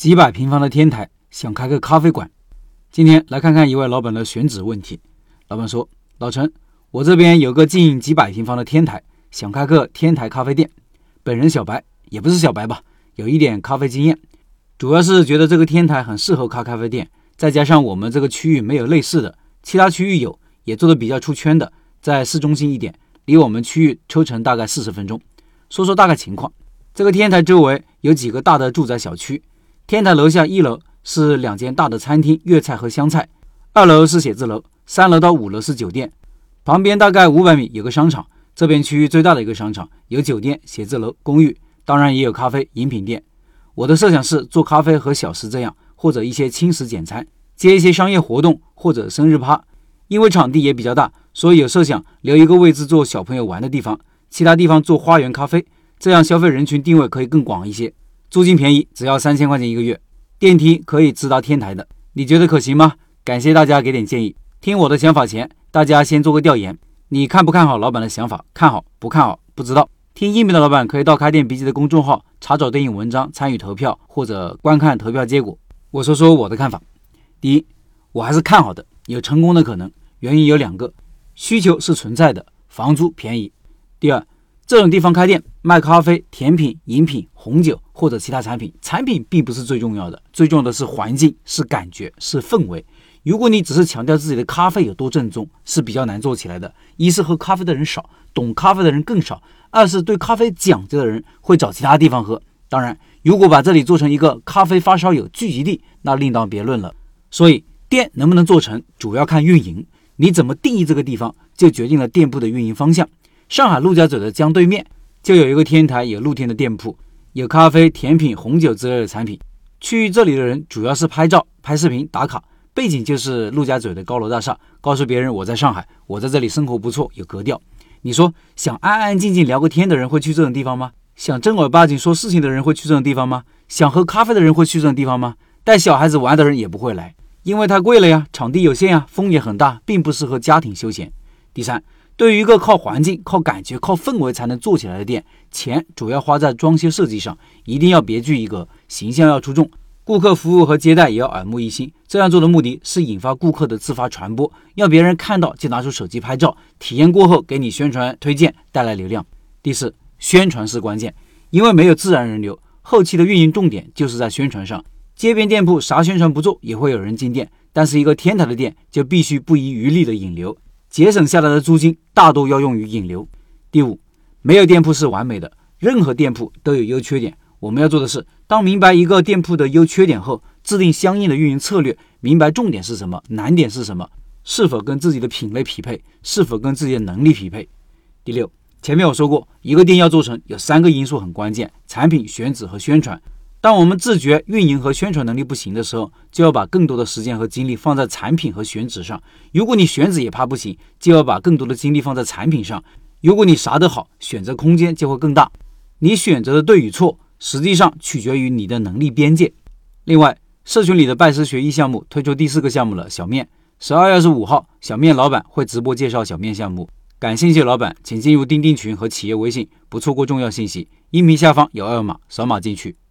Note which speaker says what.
Speaker 1: 几百平方的天台，想开个咖啡馆。今天来看看一位老板的选址问题。老板说，老陈，我这边有个近几百平方的天台，想开个天台咖啡店。本人小白，也不是小白吧，有一点咖啡经验，主要是觉得这个天台很适合开咖啡店，再加上我们这个区域没有类似的，其他区域有，也做得比较出圈的，在市中心一点，离我们区域车程大概40分钟。说说大概情况，这个天台周围有几个大的住宅小区，天台楼下1楼是2间大的餐厅、粤菜和湘菜，2楼是写字楼，3楼到5楼是酒店，旁边大概500米有个商场，这边区域最大的一个商场，有酒店、写字楼、公寓，当然也有咖啡、饮品店。我的设想是做咖啡和小食这样，或者一些轻食简餐，接一些商业活动或者生日趴。因为场地也比较大，所以有设想留一个位置做小朋友玩的地方，其他地方做花园咖啡，这样消费人群定位可以更广一些。租金便宜，只要3000块钱一个月，电梯可以直达天台的，你觉得可行吗？感谢大家给点建议。听我的想法前，大家先做个调研，你看不看好老板的想法？看好不看好不知道。听音频的老板可以到开店笔记的公众号查找对应文章，参与投票或者观看投票结果。我说说我的看法。第一，我还是看好的，有成功的可能，原因有2个，需求是存在的，房租便宜。第二，这种地方开店卖咖啡、甜品、饮品、红酒或者其他产品，产品并不是最重要的，最重要的是环境，是感觉，是氛围。如果你只是强调自己的咖啡有多正宗，是比较难做起来的。一是喝咖啡的人少，懂咖啡的人更少；二是对咖啡讲究的人会找其他地方喝。当然，如果把这里做成一个咖啡发烧友聚集地，那另当别论了。所以店能不能做成，主要看运营。你怎么定义这个地方，就决定了店铺的运营方向。上海陆家嘴的江对面就有一个天台，有露天的店铺，有咖啡、甜品、红酒之类的产品。去这里的人主要是拍照、拍视频、打卡，背景就是陆家嘴的高楼大厦，告诉别人我在上海，我在这里生活不错，有格调。你说想安安静静聊个天的人会去这种地方吗？想正儿八经说事情的人会去这种地方吗？想喝咖啡的人会去这种地方吗？带小孩子玩的人也不会来，因为太贵了呀，场地有限呀，风也很大，并不适合家庭休闲。第三，对于一个靠环境、靠感觉、靠氛围才能做起来的店，钱主要花在装修设计上，一定要别具一格，形象要出众，顾客服务和接待也要耳目一新。这样做的目的是引发顾客的自发传播，要别人看到就拿出手机拍照，体验过后给你宣传推荐，带来流量。第四，宣传是关键，因为没有自然人流，后期的运营重点就是在宣传上。街边店铺啥宣传不做也会有人进店，但是一个天台的店就必须不遗余力的引流，节省下来的租金大多要用于引流。第五，没有店铺是完美的，任何店铺都有优缺点。我们要做的是，当明白一个店铺的优缺点后，制定相应的运营策略，明白重点是什么，难点是什么，是否跟自己的品类匹配，是否跟自己的能力匹配。第六，前面我说过，一个店要做成有3个因素很关键，产品、选址和宣传。当我们自觉运营和宣传能力不行的时候，就要把更多的时间和精力放在产品和选址上。如果你选址也怕不行，就要把更多的精力放在产品上。如果你啥都好，选择空间就会更大。你选择的对与错，实际上取决于你的能力边界。另外，社群里的拜师学艺项目推出第4个项目了，小面。12月25号，小面老板会直播介绍小面项目。感兴趣的老板请进入钉钉群和企业微信，不错过重要信息。音频下方有2维码，扫码进去。